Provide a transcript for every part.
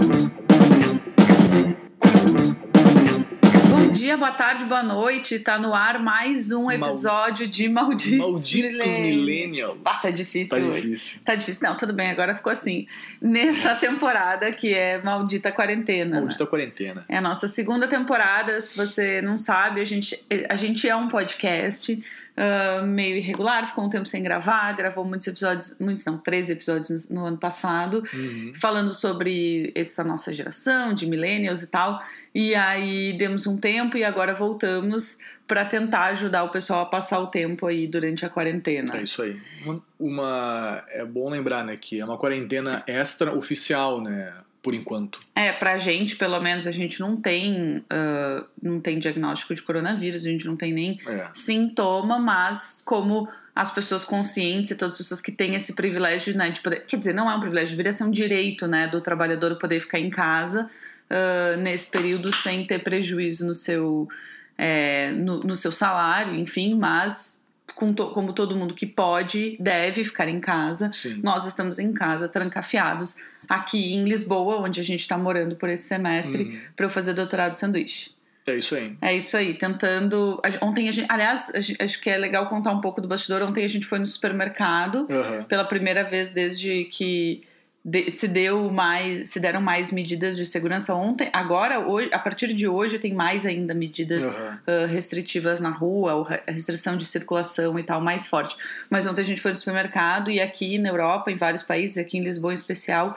Bom dia, boa tarde, boa noite. Tá no ar mais um episódio de Malditos Millennials. Tá difícil hoje. Difícil. Tá difícil. Não, tudo bem, agora ficou assim. Nessa temporada que é Maldita Quarentena. Maldita Quarentena. É a nossa segunda temporada. Se você não sabe, a gente é um podcast meio irregular, ficou um tempo sem gravar, gravou muitos episódios, 13 episódios no ano passado, falando sobre essa nossa geração de millennials e tal, e aí demos um tempo e agora voltamos para tentar ajudar o pessoal a passar o tempo aí durante a quarentena. É isso aí. É bom lembrar, né, que é uma quarentena extra-oficial, né, por enquanto. Pra gente, pelo menos, a gente não tem diagnóstico de coronavírus, a gente não tem nem sintoma, mas como as pessoas conscientes e todas as pessoas que têm esse privilégio, né, de poder, quer dizer, não é um privilégio, deveria ser um direito, né, do trabalhador poder ficar em casa nesse período sem ter prejuízo no seu salário, enfim, mas como todo mundo que pode, deve ficar em casa. Sim. Nós estamos em casa, trancafiados, aqui em Lisboa, onde a gente está morando por esse semestre, para eu fazer doutorado sanduíche. É isso aí. É isso aí, tentando... Ontem acho que é legal contar um pouco do bastidor. Ontem a gente foi no supermercado, pela primeira vez desde que se deram mais medidas de segurança ontem. Agora, hoje, a partir de hoje, tem mais ainda medidas restritivas na rua, a restrição de circulação e tal, mais forte. Mas ontem a gente foi no supermercado e aqui na Europa, em vários países, aqui em Lisboa em especial,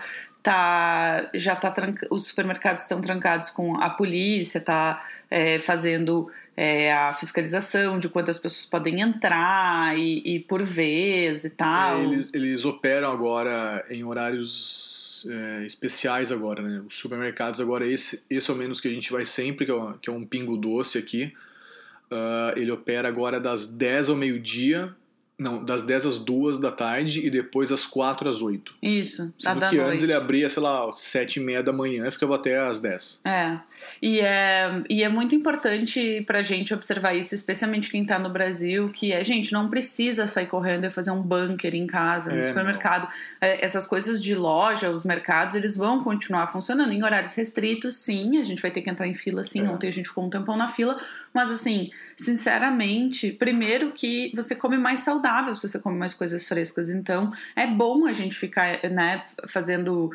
os supermercados estão trancados com a polícia, fazendo a fiscalização de quantas pessoas podem entrar e por vez e tal. Eles operam agora em horários especiais agora, né? Os supermercados agora, esse ao menos que a gente vai sempre, que é um Pingo Doce aqui, ele opera agora das 10 ao meio-dia. Não, das 10 às 2 da tarde e depois das 4 às 8. Isso, sendo que antes ele abria, sei lá, às 7h30 da manhã e ficava até às 10. E é muito importante pra gente observar isso, especialmente quem tá no Brasil, que gente, não precisa sair correndo e fazer um bunker em casa, no supermercado. Essas coisas de loja, os mercados, eles vão continuar funcionando em horários restritos, sim, a gente vai ter que entrar em fila, sim, ontem a gente ficou um tempão na fila, mas assim, sinceramente, primeiro que você come mais saudável se você come mais coisas frescas, então é bom a gente ficar, né, fazendo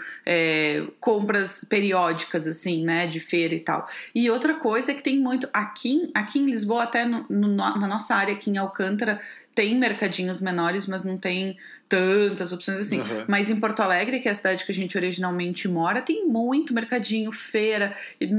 compras periódicas, assim, né, de feira e tal. E outra coisa é que tem muito, aqui em Lisboa, até na nossa área aqui em Alcântara, tem mercadinhos menores, mas não tem tantas opções assim. Mas em Porto Alegre, que é a cidade que a gente originalmente mora, tem muito mercadinho, feira,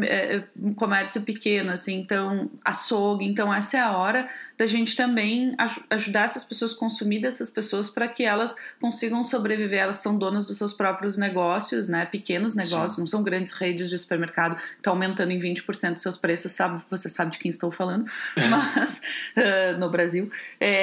comércio pequeno, assim, então açougue. Então essa é a hora da gente também ajudar essas pessoas, consumir dessas pessoas para que elas consigam sobreviver. Elas são donas dos seus próprios negócios, né? Pequenos negócios, não são grandes redes de supermercado que estão aumentando em 20% os seus preços, você sabe de quem estou falando, mas no Brasil.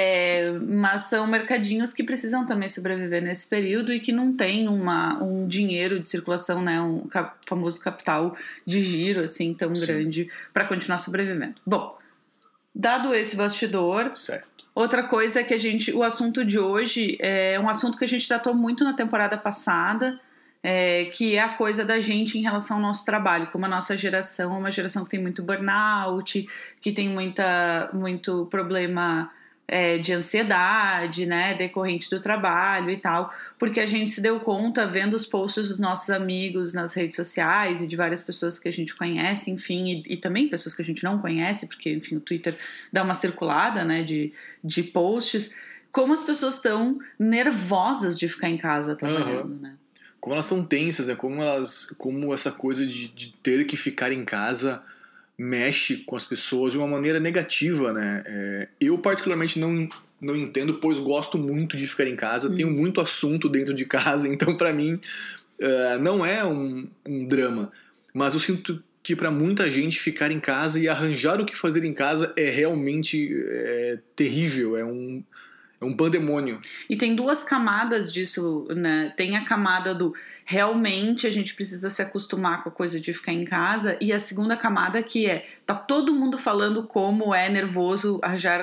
Mas são mercadinhos que precisam também sobreviver nesse período e que não tem um dinheiro de circulação, né, um famoso capital de giro assim tão grande para continuar sobrevivendo. Bom, dado esse bastidor, certo. Outra coisa é que o assunto de hoje é um assunto que a gente tratou muito na temporada passada, que é a coisa da gente em relação ao nosso trabalho, como a nossa geração é uma geração que tem muito burnout, que tem muito problema de ansiedade, né, decorrente do trabalho e tal, porque a gente se deu conta vendo os posts dos nossos amigos nas redes sociais e de várias pessoas que a gente conhece, enfim, e também pessoas que a gente não conhece, porque, enfim, o Twitter dá uma circulada, né, de posts, como as pessoas estão nervosas de ficar em casa trabalhando, né? Como elas estão tensas, né, como essa coisa de ter que ficar em casa mexe com as pessoas de uma maneira negativa, né? Eu particularmente não entendo, pois gosto muito de ficar em casa, tenho muito assunto dentro de casa, então pra mim não é um drama, mas eu sinto que pra muita gente ficar em casa e arranjar o que fazer em casa é realmente terrível, é um pandemônio. E tem duas camadas disso, né? Tem a camada do realmente a gente precisa se acostumar com a coisa de ficar em casa, e a segunda camada que tá todo mundo falando como é nervoso arranjar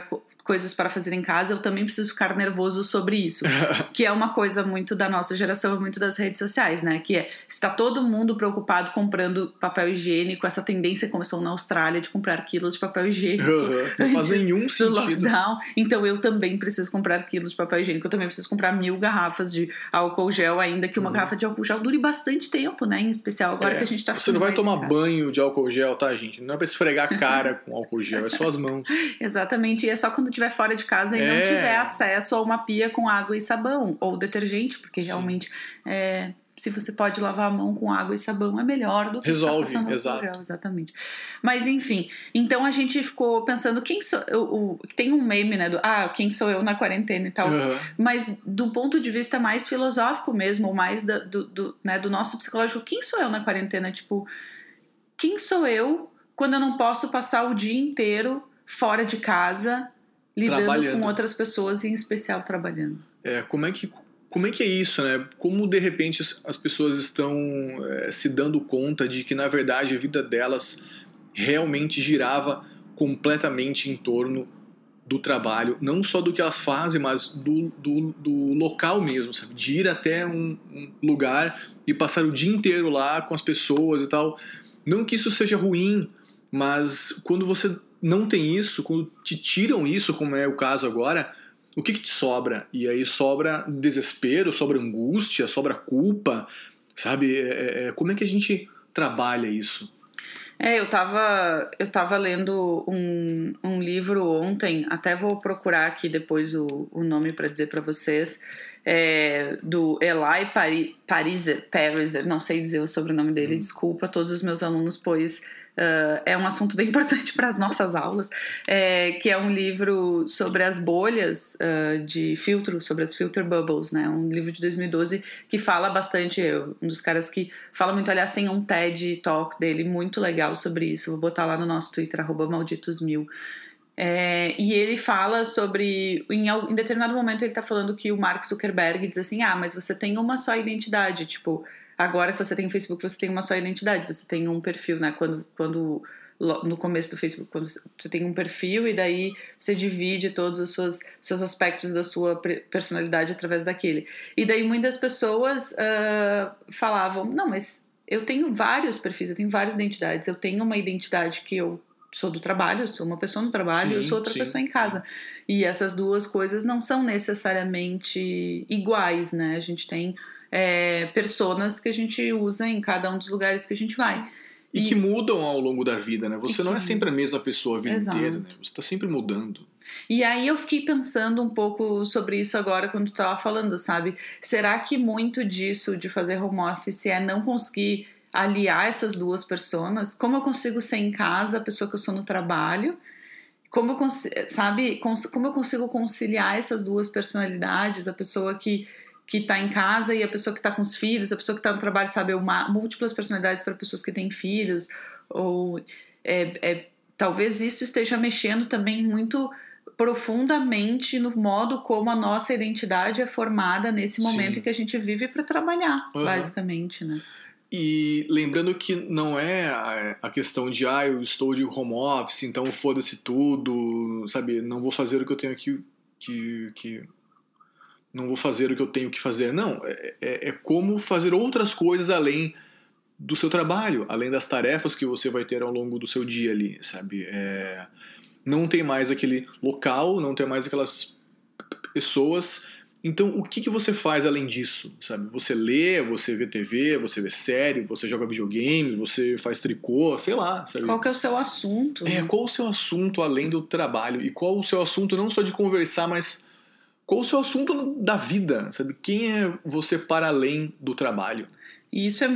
coisas para fazer em casa, eu também preciso ficar nervoso sobre isso. Que é uma coisa muito da nossa geração, muito das redes sociais, né? Que é, está todo mundo preocupado comprando papel higiênico, essa tendência começou na Austrália de comprar quilos de papel higiênico. Não faz nenhum sentido. Lockdown. Então eu também preciso comprar quilos de papel higiênico, eu também preciso comprar 1000 garrafas de álcool gel, ainda que uma garrafa de álcool gel dure bastante tempo, né? Em especial agora que a gente tá ficando. Você não vai tomar banho de álcool gel, tá, gente? Não é pra esfregar a cara com álcool gel, é só as mãos. Exatamente, e é só quando estiver fora de casa e não tiver acesso a uma pia com água e sabão, ou detergente, porque realmente se você pode lavar a mão com água e sabão é melhor do que resolve, passando exato. gel, exatamente. Mas enfim, então a gente ficou pensando tem um meme, né, quem sou eu na quarentena e tal, mas do ponto de vista mais filosófico mesmo, ou mais do nosso psicológico, quem sou eu na quarentena? Tipo, quem sou eu quando eu não posso passar o dia inteiro fora de casa lidando com outras pessoas e em especial trabalhando? Como é que é isso, né? Como de repente as pessoas estão se dando conta de que na verdade a vida delas realmente girava completamente em torno do trabalho, não só do que elas fazem, mas do local mesmo, sabe? De ir até um lugar e passar o dia inteiro lá com as pessoas e tal. Não que isso seja ruim, mas quando você não tem isso, quando te tiram isso, como é o caso agora, o que te sobra? E aí sobra desespero, sobra angústia, sobra culpa, sabe? Como é que a gente trabalha isso? Eu tava lendo um livro ontem, até vou procurar aqui depois o nome para dizer para vocês, do Eli Pariser, não sei dizer o sobrenome dele, desculpa a todos os meus alunos, pois é um assunto bem importante para as nossas aulas, que é um livro sobre as bolhas de filtro, sobre as filter bubbles, né? Um livro de 2012 que fala bastante, um dos caras que fala muito, aliás, tem um TED Talk dele muito legal sobre isso, vou botar lá no nosso Twitter, @malditos1000. E ele fala sobre, em determinado momento ele tá falando que o Mark Zuckerberg diz assim, mas você tem uma só identidade, tipo, agora que você tem Facebook, você tem uma só identidade, você tem um perfil, né? Quando no começo do Facebook, quando você tem um perfil e daí você divide todos os seus aspectos da sua personalidade através daquele. E daí muitas pessoas falavam, não, mas eu tenho vários perfis, eu tenho várias identidades, eu tenho uma identidade que eu sou do trabalho, eu sou uma pessoa no trabalho, eu sou outra pessoa em casa. E essas duas coisas não são necessariamente iguais, né? A gente tem personas que a gente usa em cada um dos lugares que a gente vai. E que mudam ao longo da vida, né? Você não é sempre a mesma pessoa a vida inteira, né? Você está sempre mudando. E aí eu fiquei pensando um pouco sobre isso agora quando tu estava falando, sabe? Será que muito disso de fazer home office é não conseguir aliar essas duas personas? Como eu consigo ser em casa a pessoa que eu sou no trabalho? Como eu consigo conciliar essas duas personalidades, a pessoa que está em casa e a pessoa que está com os filhos, a pessoa que está no trabalho, sabe, múltiplas personalidades para pessoas que têm filhos, ou talvez isso esteja mexendo também muito profundamente no modo como a nossa identidade é formada nesse momento em que a gente vive para trabalhar, basicamente, né? E lembrando que não é a questão de eu estou de home office, então foda-se tudo, sabe, não vou fazer o que eu tenho que não vou fazer o que eu tenho que fazer. Não, é como fazer outras coisas além do seu trabalho, além das tarefas que você vai ter ao longo do seu dia ali, sabe? Não tem mais aquele local, não tem mais aquelas pessoas. Então, o que você faz além disso, sabe? Você lê, você vê TV, você vê série, você joga videogame, você faz tricô, sei lá, sabe? Qual que é o seu assunto? Qual o seu assunto além do trabalho? E qual o seu assunto não só de conversar, mas qual o seu assunto da vida, sabe? Quem é você para além do trabalho? E isso é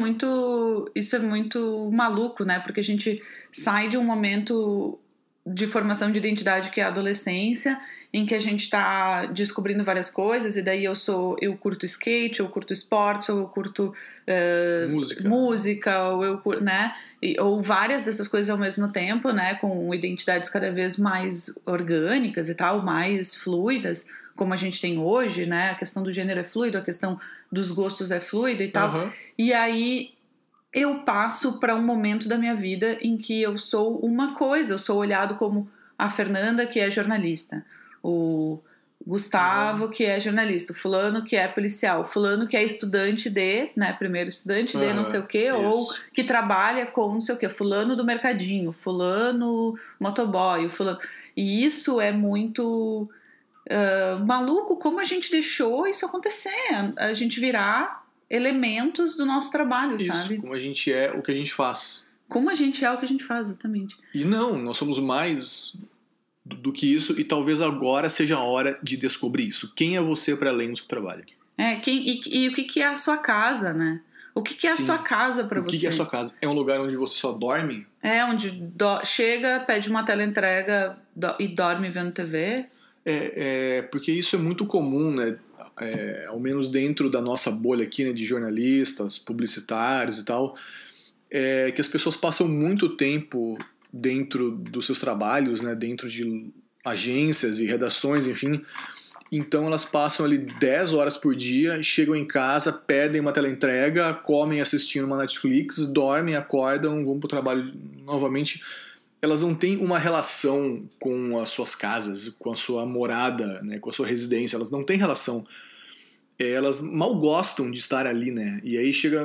muito maluco, né? Porque a gente sai de um momento de formação de identidade que é a adolescência, em que a gente está descobrindo várias coisas, e daí eu curto skate, eu curto esportes, ou eu curto música, ou eu curto, né? Ou várias dessas coisas ao mesmo tempo, né? Com identidades cada vez mais orgânicas e tal, mais fluidas, como a gente tem hoje, né? A questão do gênero é fluido, a questão dos gostos é fluida e tal. E aí eu passo para um momento da minha vida em que eu sou uma coisa, eu sou olhado como a Fernanda, que é jornalista, O Gustavo, que é jornalista, fulano que é policial, fulano que é estudante de, né, primeiro estudante de não sei o quê, ou que trabalha com não sei o quê, fulano do mercadinho, fulano motoboy, fulano... E isso é muito maluco, como a gente deixou isso acontecer, a gente virar elementos do nosso trabalho, isso, sabe? Como a gente é o que a gente faz. Como a gente é o que a gente faz, exatamente. E não, nós somos mais do que isso, e talvez agora seja a hora de descobrir isso. Quem é você para além do seu trabalho? E o que é a sua casa, né? O que é a sua casa para você? O que é a sua casa? É um lugar onde você só dorme? É, onde chega, pede uma teleentrega e dorme vendo TV? Porque isso é muito comum, né? Ao menos dentro da nossa bolha aqui, né, de jornalistas, publicitários e tal, que as pessoas passam muito tempo dentro dos seus trabalhos, né, dentro de agências e redações, enfim. Então elas passam ali 10 horas por dia, chegam em casa, pedem uma teleentrega, comem assistindo uma Netflix, dormem, acordam, vão para o trabalho novamente. Elas não têm uma relação com as suas casas, com a sua morada, né, com a sua residência, elas não têm relação. Elas mal gostam de estar ali, né? E aí chega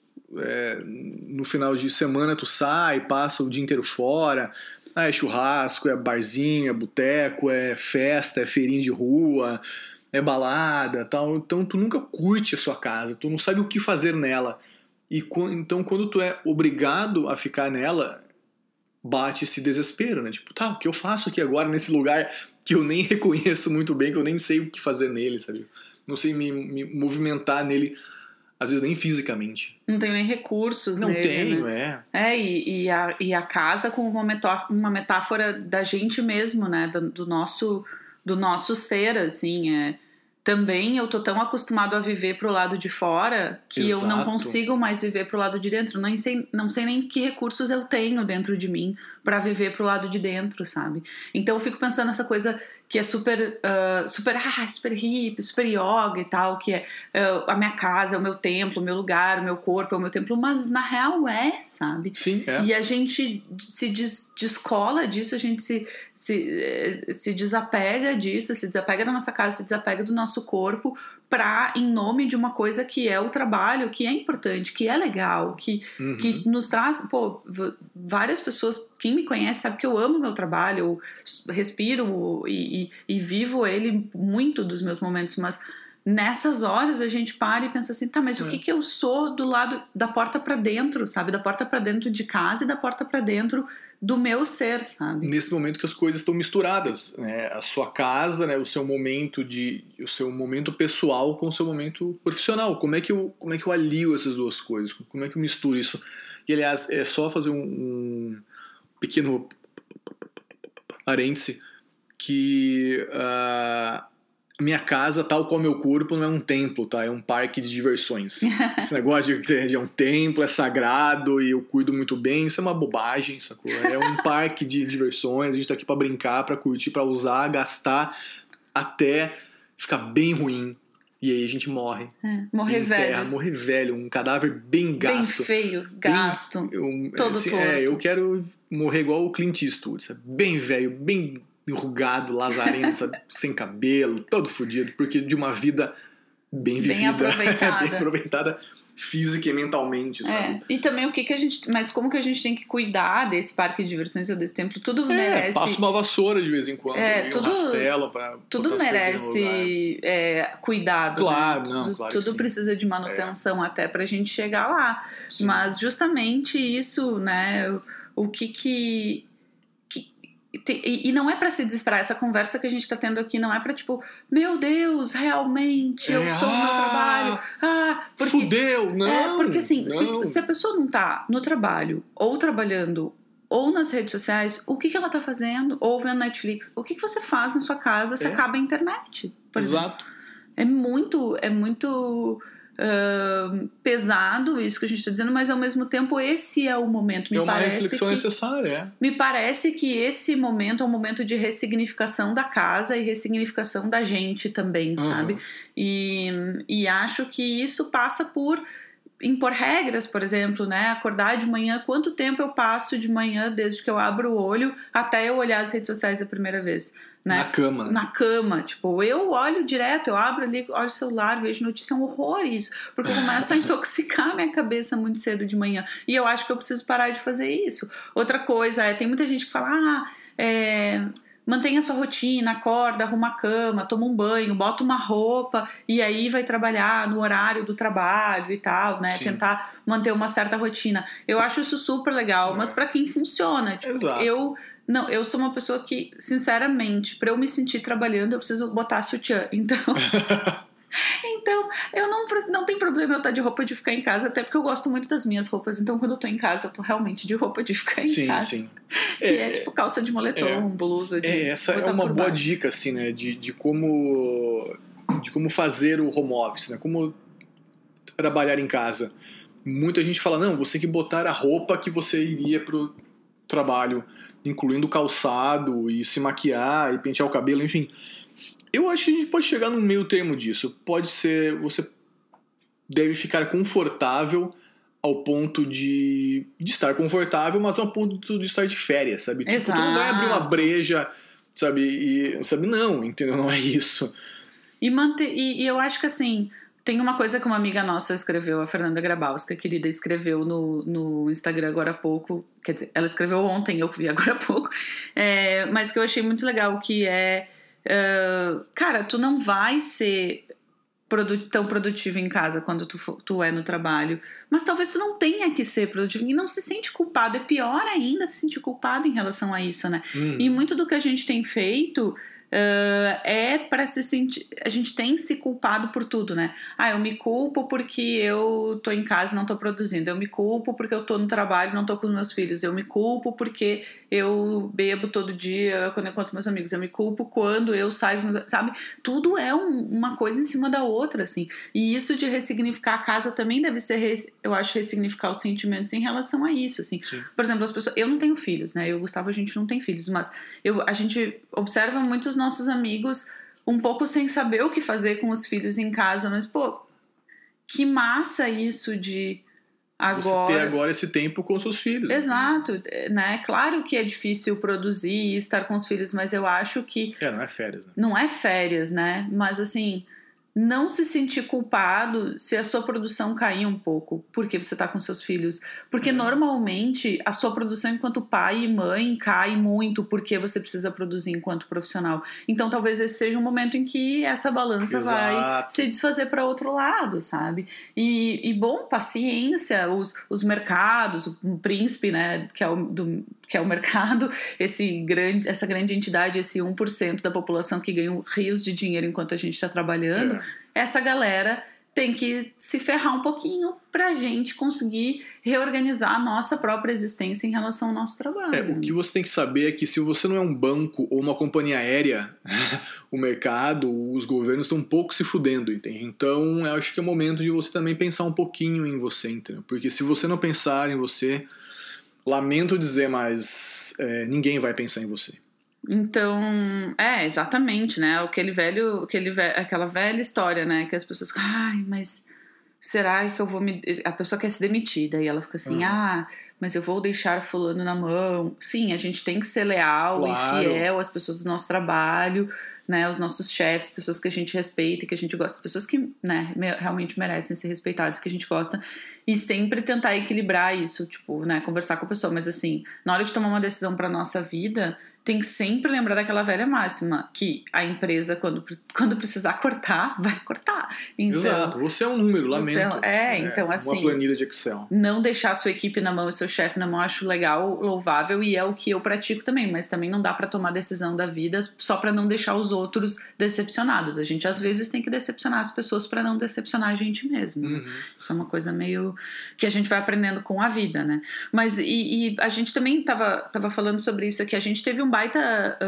no final de semana, tu sai, passa o dia inteiro fora, é churrasco, é barzinho, é boteco, é festa, é feirinha de rua, é balada, tal. Então tu nunca curte a sua casa, tu não sabe o que fazer nela. Então quando tu é obrigado a ficar nela, bate esse desespero, né? Tipo, o que eu faço aqui agora nesse lugar que eu nem reconheço muito bem, que eu nem sei o que fazer nele, sabe? Não sei me movimentar nele, às vezes nem fisicamente. Não tenho nem recursos não nele, tenho, né? E a casa como uma metáfora da gente mesmo, né? Do nosso ser, assim, Também eu tô tão acostumado a viver pro lado de fora que Exato. Eu não consigo mais viver pro lado de dentro. Não sei nem que recursos eu tenho dentro de mim para viver pro lado de dentro, sabe? Então eu fico pensando nessa coisa que é super hippie, super yoga e tal, que é a minha casa, é o meu templo, o meu lugar, o meu corpo, é o meu templo, mas na real sabe? Sim, E a gente se descola disso, a gente se desapega disso, se desapega da nossa casa, se desapega do nosso corpo em nome de uma coisa que é o trabalho, que é importante, que é legal, que nos traz... várias pessoas, quem me conhece sabe que eu amo meu trabalho, eu respiro e vivo ele muito dos meus momentos, mas nessas horas a gente para e pensa assim, mas o que eu sou do lado da porta pra dentro, sabe? Da porta pra dentro de casa e da porta pra dentro do meu ser, sabe? Nesse momento que as coisas estão misturadas, né? A sua casa, né? o seu momento pessoal com o seu momento profissional. Como é que eu alio essas duas coisas? Como é que eu misturo isso? E aliás, é só fazer um pequeno parêntese que minha casa, tal qual meu corpo, não é um templo, tá? É um parque de diversões. Esse negócio de é um templo, é sagrado e eu cuido muito bem, isso é uma bobagem, sacou? É um parque de diversões, a gente tá aqui pra brincar, pra curtir, pra usar, gastar, até ficar bem ruim. E aí a gente morre. Morrer velho. Morrer velho, um cadáver bem gasto. Bem feio, gasto. Todo torto. Eu quero morrer igual o Clint Eastwood, sabe? Bem velho, bem enrugado, lazarento, sabe? Sem cabelo, todo fodido, porque de uma vida bem vivida, bem aproveitada, bem aproveitada física e mentalmente, sabe? E também mas como que a gente tem que cuidar desse parque de diversões ou desse templo? Tudo merece... Passa uma vassoura de vez em quando, um rastelo pra tudo merece cuidado, claro, né? Claro tudo precisa de manutenção até pra gente chegar lá. Sim. Mas justamente isso, né? O que e não é pra se desesperar. Essa conversa que a gente tá tendo aqui não é pra tipo, meu Deus, realmente eu sou o meu trabalho. Porque, fudeu, não. Porque assim, se a pessoa não tá no trabalho, ou trabalhando, ou nas redes sociais, o que ela tá fazendo? Ou vendo Netflix, o que você faz na sua casa se acaba a internet? Por Exato. Exemplo. É muito pesado isso que a gente está dizendo, mas ao mesmo tempo esse é o momento. É uma reflexão necessária. Me parece que esse momento é um momento de ressignificação da casa e ressignificação da gente também, sabe? E acho que isso passa por impor regras, por exemplo, né? Acordar de manhã, quanto tempo eu passo de manhã desde que eu abro o olho até eu olhar as redes sociais a primeira vez, né? Na cama. Na cama, tipo, eu olho direto, eu abro ali, olho o celular, vejo notícia, é um horror isso, porque eu começo a intoxicar minha cabeça muito cedo de manhã, e eu acho que eu preciso parar de fazer isso. Outra coisa, tem muita gente que fala, mantenha a sua rotina, acorda, arruma a cama, toma um banho, bota uma roupa e aí vai trabalhar no horário do trabalho e tal, né? Sim. Tentar manter uma certa rotina. Eu acho isso super legal, mas para quem funciona, tipo, exato. Eu sou uma pessoa que, sinceramente, para eu me sentir trabalhando, eu preciso botar sutiã. Então, eu não tem problema eu estar de roupa de ficar em casa, até porque eu gosto muito das minhas roupas. Então, quando eu tô em casa, eu tô realmente de roupa de ficar em casa. Sim. Que é tipo calça de moletom, blusa. Essa é uma boa dica, assim, né? De como fazer o home office, né? Como trabalhar em casa. Muita gente fala, não, você tem que botar a roupa que você iria pro trabalho, incluindo calçado e se maquiar e pentear o cabelo, enfim. Eu acho que a gente pode chegar num meio termo disso. Pode ser, você deve ficar confortável ao ponto de estar confortável, mas ao ponto de estar de férias, sabe? Tipo, tu não vai abrir uma breja, sabe? Não, entendeu? Não é isso. E eu acho que assim, tem uma coisa que uma amiga nossa escreveu, a Fernanda Grabowska, querida, escreveu no Instagram agora há pouco, quer dizer, ela escreveu ontem, eu vi agora há pouco, mas que eu achei muito legal, que cara, tu não vai ser tão produtivo em casa quando tu é no trabalho, mas talvez tu não tenha que ser produtivo e não se sente culpado, é pior ainda se sentir culpado em relação a isso, né? E muito do que a gente tem feito é para se sentir, a gente tem se culpado por tudo, né? Eu me culpo porque eu tô em casa e não tô produzindo, eu me culpo porque eu tô no trabalho e não tô com os meus filhos, eu me culpo porque eu bebo todo dia quando eu encontro meus amigos, eu me culpo quando eu saio, sabe? Tudo é uma coisa em cima da outra, assim, e isso de ressignificar a casa também deve ser, eu acho, ressignificar os sentimentos em relação a isso, assim. Sim. Por exemplo, as pessoas, eu não tenho filhos, né? Eu e o Gustavo, a gente não tem filhos, mas a gente observa muitos nossos amigos um pouco sem saber o que fazer com os filhos em casa, mas, pô, que massa isso de agora... Você ter agora esse tempo com os seus filhos. Exato, né? Claro que é difícil produzir e estar com os filhos, mas eu acho que... não é férias, né? Não é férias, né? Mas, assim... Não se sentir culpado se a sua produção cair um pouco porque você está com seus filhos. Porque normalmente a sua produção enquanto pai e mãe cai muito porque você precisa produzir enquanto profissional. Então talvez esse seja um momento em que essa balança vai se desfazer para outro lado, sabe? E bom, paciência, os mercados, o príncipe, né, que é o mercado, essa grande entidade, esse 1% da população que ganha rios de dinheiro enquanto a gente está trabalhando, essa galera tem que se ferrar um pouquinho pra gente conseguir reorganizar a nossa própria existência em relação ao nosso trabalho. O que você tem que saber é que se você não é um banco ou uma companhia aérea, o mercado, os governos estão um pouco se fudendo, entende? Então eu acho que é o momento de você também pensar um pouquinho em você, entendeu? Porque se você não pensar em você, lamento dizer, mas ninguém vai pensar em você. Então, exatamente, né? Aquela velha história, né? Que as pessoas ficam, mas será que eu vou a pessoa quer ser demitida e ela fica assim, mas eu vou deixar fulano na mão. Sim, a gente tem que ser leal e fiel às pessoas do nosso trabalho, né? Os nossos chefes, pessoas que a gente respeita e que a gente gosta, pessoas que, né, realmente merecem ser respeitadas, que a gente gosta, e sempre tentar equilibrar isso, tipo, né, conversar com a pessoa, mas assim, na hora de tomar uma decisão pra nossa vida, tem que sempre lembrar daquela velha máxima, que a empresa, quando precisar cortar, vai cortar. Então, exato, você é um número, lamento. Então assim... Uma planilha de Excel. Não deixar a sua equipe na mão e seu chefe na mão, acho legal, louvável, e é o que eu pratico também, mas também não dá pra tomar decisão da vida só pra não deixar os outros decepcionados. A gente, às vezes, tem que decepcionar as pessoas pra não decepcionar a gente mesmo. Isso é uma coisa meio... que a gente vai aprendendo com a vida, né? Mas, e a gente também tava falando sobre isso aqui, a gente teve um baita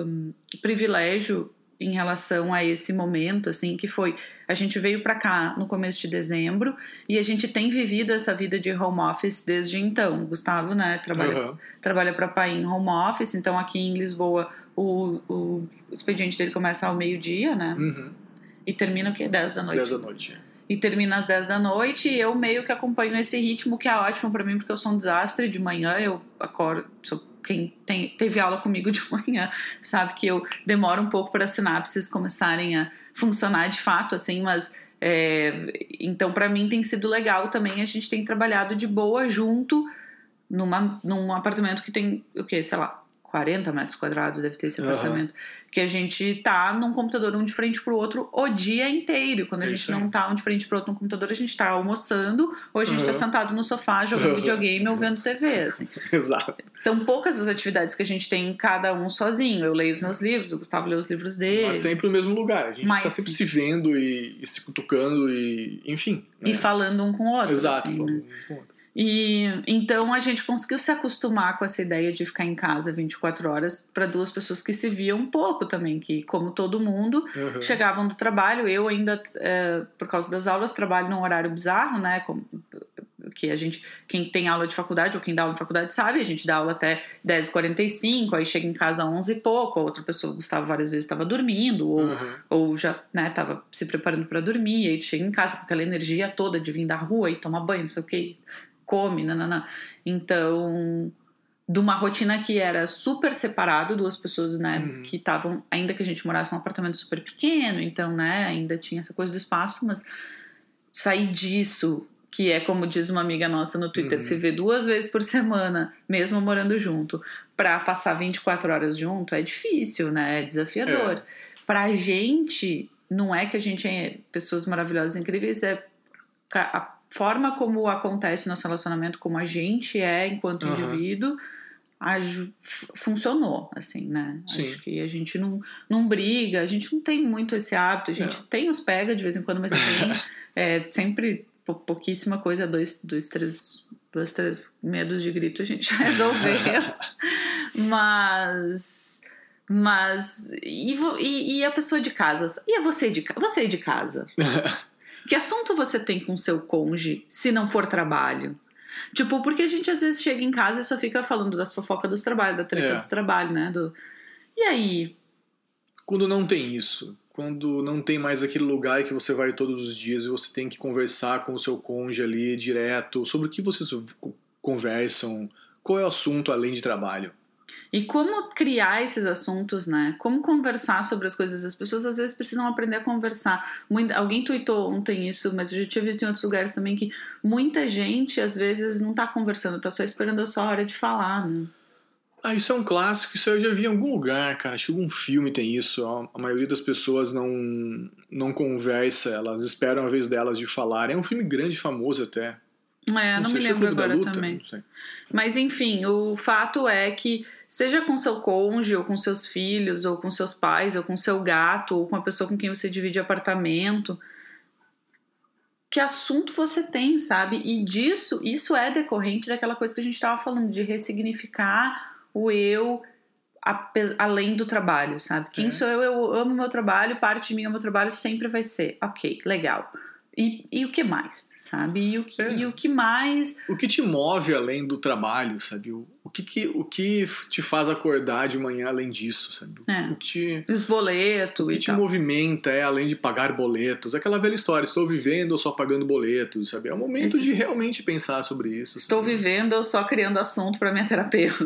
privilégio em relação a esse momento, assim, que foi, a gente veio pra cá no começo de dezembro e a gente tem vivido essa vida de home office desde então. O Gustavo, né, trabalha pra pai em home office, então aqui em Lisboa o expediente dele começa ao meio-dia, né? E termina o quê? 10 da noite. 10 da noite. e termina às 10 da noite, e eu meio que acompanho esse ritmo, que é ótimo pra mim, porque eu sou um desastre. De manhã eu acordo, quem teve aula comigo de manhã sabe que eu demoro um pouco para as sinapses começarem a funcionar de fato, assim, mas então para mim tem sido legal também. A gente tem trabalhado de boa junto num apartamento que tem, o quê, sei lá, 40 metros quadrados deve ter esse apartamento, que a gente tá num computador um de frente pro outro o dia inteiro. Quando a gente não tá um de frente pro outro no computador, a gente tá almoçando, ou a gente tá sentado no sofá jogando videogame ou vendo TV, assim. Exato. São poucas as atividades que a gente tem, cada um sozinho. Eu leio os meus livros, o Gustavo lê os livros dele. Mas sempre no mesmo lugar. A gente tá sempre se vendo e se cutucando e, enfim. E falando um com o outro. Exato, assim, falando né? um com o outro. E então a gente conseguiu se acostumar com essa ideia de ficar em casa 24 horas para duas pessoas que se viam um pouco também, que como todo mundo chegavam do trabalho. Eu ainda, por causa das aulas, trabalho num horário bizarro, né? Que a gente, quem tem aula de faculdade ou quem dá aula de faculdade sabe, a gente dá aula até 10h45, aí chega em casa 11 e pouco, a outra pessoa, o Gustavo, várias vezes estava dormindo ou já, né, tava se preparando para dormir, aí tu chega em casa com aquela energia toda de vir da rua e tomar banho, não sei o que, come, nananã. Então, de uma rotina que era super separado, duas pessoas, né, que estavam, ainda que a gente morasse num apartamento super pequeno, então, né, ainda tinha essa coisa do espaço, mas sair disso, que é como diz uma amiga nossa no Twitter, se vê 2 vezes por semana, mesmo morando junto, pra passar 24 horas junto, é difícil, né, é desafiador. Pra gente, não é que a gente é pessoas maravilhosas, incríveis, é a forma como acontece nosso relacionamento, como a gente é enquanto indivíduo, funcionou, assim, né? Sim. Acho que a gente não briga, a gente não tem muito esse hábito, a gente tem os pega de vez em quando, mas tem sempre pouquíssima coisa, 2, 3 medos de grito a gente resolveu. Mas e a pessoa de casa? E você de casa? Que assunto você tem com seu cônjuge se não for trabalho? Tipo, porque a gente às vezes chega em casa e só fica falando das fofocas dos trabalhos, da treta dos trabalhos, né? E aí? Quando não tem isso, quando não tem mais aquele lugar que você vai todos os dias e você tem que conversar com o seu cônjuge ali direto, sobre o que vocês conversam, qual é o assunto além de trabalho? E como criar esses assuntos, né? Como conversar sobre as coisas. As pessoas às vezes precisam aprender a conversar. Alguém tweetou ontem isso, mas eu já tinha visto em outros lugares também, que muita gente às vezes não tá conversando, tá só esperando a sua hora de falar, né? Isso é um clássico, isso eu já vi em algum lugar, cara. Acho que algum filme tem isso. A maioria das pessoas não conversa, elas esperam a vez delas de falar. É um filme grande, famoso até. Não me lembro agora também. Mas enfim, o fato é que seja com seu cônjuge, ou com seus filhos, ou com seus pais, ou com seu gato, ou com a pessoa com quem você divide apartamento, que assunto você tem, sabe? E isso é decorrente daquela coisa que a gente estava falando, de ressignificar o eu além do trabalho, sabe? Quem sou eu? Eu amo meu trabalho, parte de mim é meu trabalho, sempre vai ser. Ok, legal. E o que mais, sabe? E o que mais... O que te move além do trabalho, sabe? O que te faz acordar de manhã além disso, sabe? Os boletos. O que te movimenta além de pagar boletos. Aquela velha história, estou vivendo ou só pagando boletos, sabe? É o momento de realmente pensar sobre isso. Estou vivendo ou só criando assunto para minha terapeuta.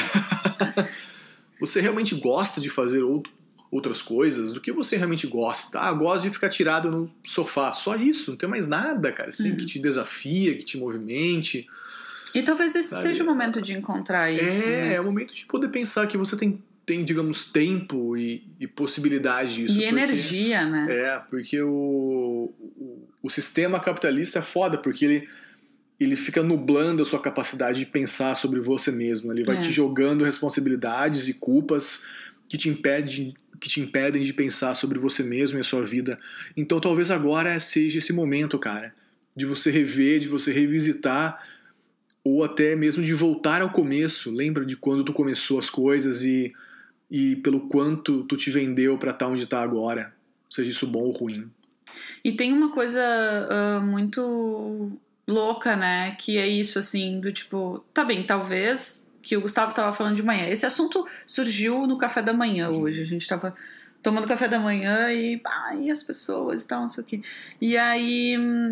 Você realmente gosta de fazer outras coisas? Do que você realmente gosta? Gosto de ficar tirado no sofá. Só isso, não tem mais nada, cara, assim, que te desafia, que te movimente. E talvez esse seja o momento de encontrar isso. É o momento de poder pensar que você tem digamos, tempo e possibilidade disso. E energia, né? Porque o sistema capitalista é foda, porque ele fica nublando a sua capacidade de pensar sobre você mesmo. Ele vai te jogando responsabilidades e culpas que te impedem de pensar sobre você mesmo e a sua vida. Então talvez agora seja esse momento, cara, de você rever, de você revisitar, ou até mesmo de voltar ao começo. Lembra de quando tu começou as coisas e pelo quanto tu te vendeu pra estar onde tá agora, seja isso bom ou ruim. E tem uma coisa muito louca, né, que é isso, assim, do tipo, tá bem, talvez... que o Gustavo estava falando de manhã. Esse assunto surgiu no café da manhã hoje. A gente estava tomando café da manhã e as pessoas e tal, não sei o quê. E aí...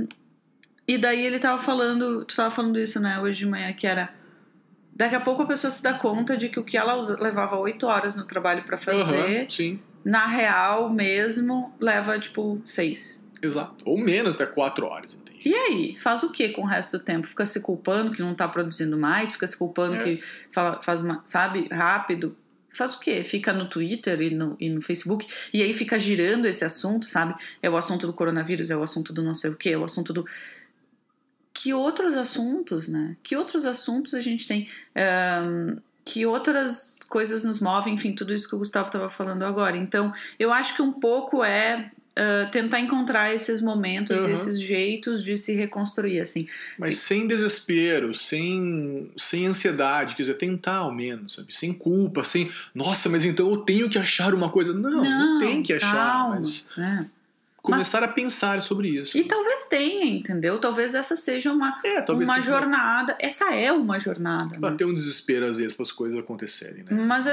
E daí ele tava falando... Tu tava falando isso, né? Hoje de manhã, que era... Daqui a pouco a pessoa se dá conta de que o que ela levava 8 horas no trabalho pra fazer... sim. Na real mesmo, leva, 6. Exato. Ou menos, até 4 horas, entende? E aí? Faz o que com o resto do tempo? Fica se culpando que não tá produzindo mais? Fica se culpando que faz sabe, rápido? Faz o quê? Fica no Twitter e no Facebook? E aí fica girando esse assunto, sabe? É o assunto do coronavírus, é o assunto do não sei o quê, é o assunto do... Que outros assuntos, né? Que outros assuntos a gente tem... que outras coisas nos movem, enfim, tudo isso que o Gustavo estava falando agora. Então, eu acho que um pouco tentar encontrar esses momentos, esses jeitos de se reconstruir, assim. Mas sem desespero, sem ansiedade, quer dizer, tentar ao menos, sabe? Sem culpa, sem... Nossa, mas então eu tenho que achar uma coisa. Não tem que achar, calma, mas... Começar a pensar sobre isso. E talvez tenha, entendeu? Talvez essa seja uma jornada. Essa é uma jornada. Pra ter um desespero, às vezes, para as coisas acontecerem, né? Mas,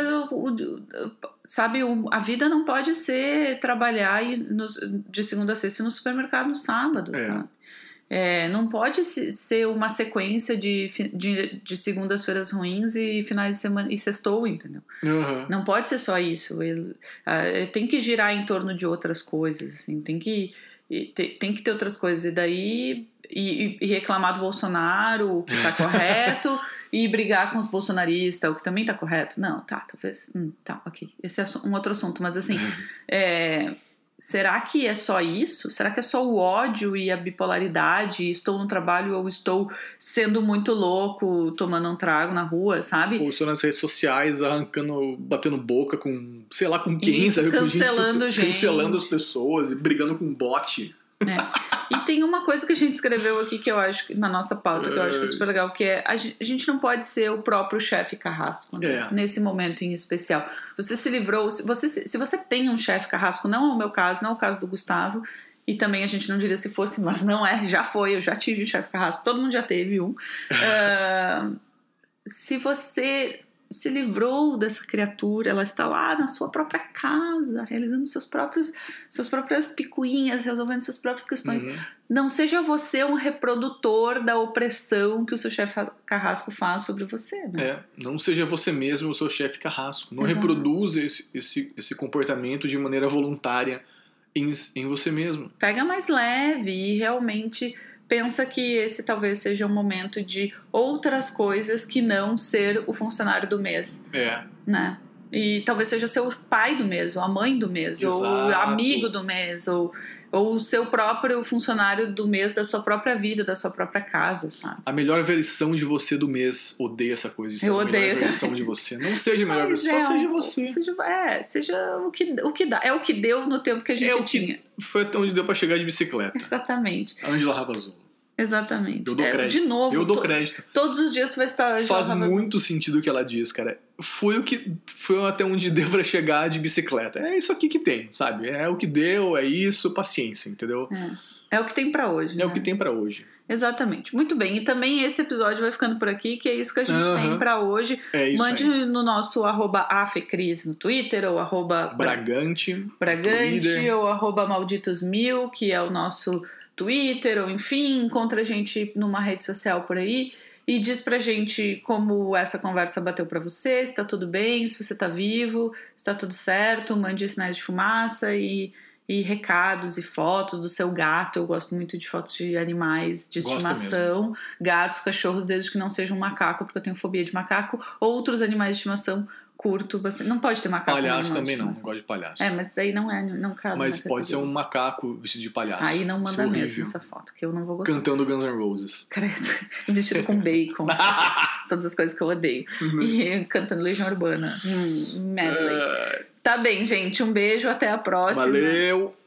sabe, a vida não pode ser trabalhar de segunda a sexta no supermercado no sábado, sabe? Não pode ser uma sequência de segundas-feiras ruins e finais de semana e sextou, entendeu? Não pode ser só isso. Tem que girar em torno de outras coisas, assim, tem que ter outras coisas. E daí e reclamar do Bolsonaro, o que tá correto, e brigar com os bolsonaristas, o que também tá correto. Não, talvez. Ok. Esse é um outro assunto, mas assim. Será que é só isso? Será que é só o ódio e a bipolaridade? Estou no trabalho ou estou sendo muito louco, tomando um trago na rua, sabe? Ou estou nas redes sociais batendo boca com, sei lá, com quem, isso, sabe? Cancelando gente. Cancelando as pessoas e brigando com bot. E tem uma coisa que a gente escreveu aqui que eu acho que na nossa pauta, que eu acho que é super legal, que é a gente não pode ser o próprio chefe carrasco, né? Nesse momento em especial. Você se livrou, se você tem um chefe carrasco, não é o meu caso, não é o caso do Gustavo, e também a gente não diria se fosse, mas não é, já foi, eu já tive um chefe carrasco, todo mundo já teve um. Se você se livrou dessa criatura, ela está lá na sua própria casa, realizando suas próprias picuinhas, resolvendo suas próprias questões. Não seja você um reprodutor da opressão que o seu chefe carrasco faz sobre você, né? Não seja você mesmo o seu chefe carrasco. Não reproduza esse comportamento de maneira voluntária em você mesmo. Pega mais leve e realmente... pensa que esse talvez seja um momento de outras coisas que não ser o funcionário do mês. Né? E talvez seja ser o pai do mês, ou a mãe do mês, ou o amigo do mês, ou o seu próprio funcionário do mês da sua própria vida, da sua própria casa, sabe? A melhor versão de você do mês. Odeio essa coisa de ser a melhor versão de você. Não seja a melhor versão, só seja você. Seja o que dá. É o que deu no tempo que a gente tinha. Foi até onde deu pra chegar de bicicleta. Exatamente. Ângela Ravazolo. Exatamente. Eu dou crédito. De novo, eu dou crédito. Todos os dias você vai estar... Faz muito sentido o que ela diz, cara. Foi até onde deu pra chegar de bicicleta. É isso aqui que tem, sabe? É o que deu, é isso, paciência, entendeu? É o que tem pra hoje. É o que tem pra hoje. Exatamente. Muito bem. E também esse episódio vai ficando por aqui, que é isso que a gente tem pra hoje. Mande no nosso @afecris no Twitter, ou Bragante ou @malditosmil, que é o nosso Twitter, ou enfim, encontra a gente numa rede social por aí e diz pra gente como essa conversa bateu pra você, se tá tudo bem, se você tá vivo, se tá tudo certo, mande sinais de fumaça e recados e fotos do seu gato. Eu gosto muito de fotos de animais de estimação, gatos, cachorros, desde que não seja um macaco, porque eu tenho fobia de macaco. Outros animais de estimação curto bastante. Não pode ter macaco. Palhaço também não gosto de palhaço. Mas daí não cabe. Mas pode ser um macaco vestido de palhaço. Aí não manda mesmo essa foto, que eu não vou gostar. Cantando Guns N' Roses. Credo. Vestido com bacon. Todas as coisas que eu odeio. E cantando Legião Urbana. Medley. Tá bem, gente. Um beijo. Até a próxima. Valeu!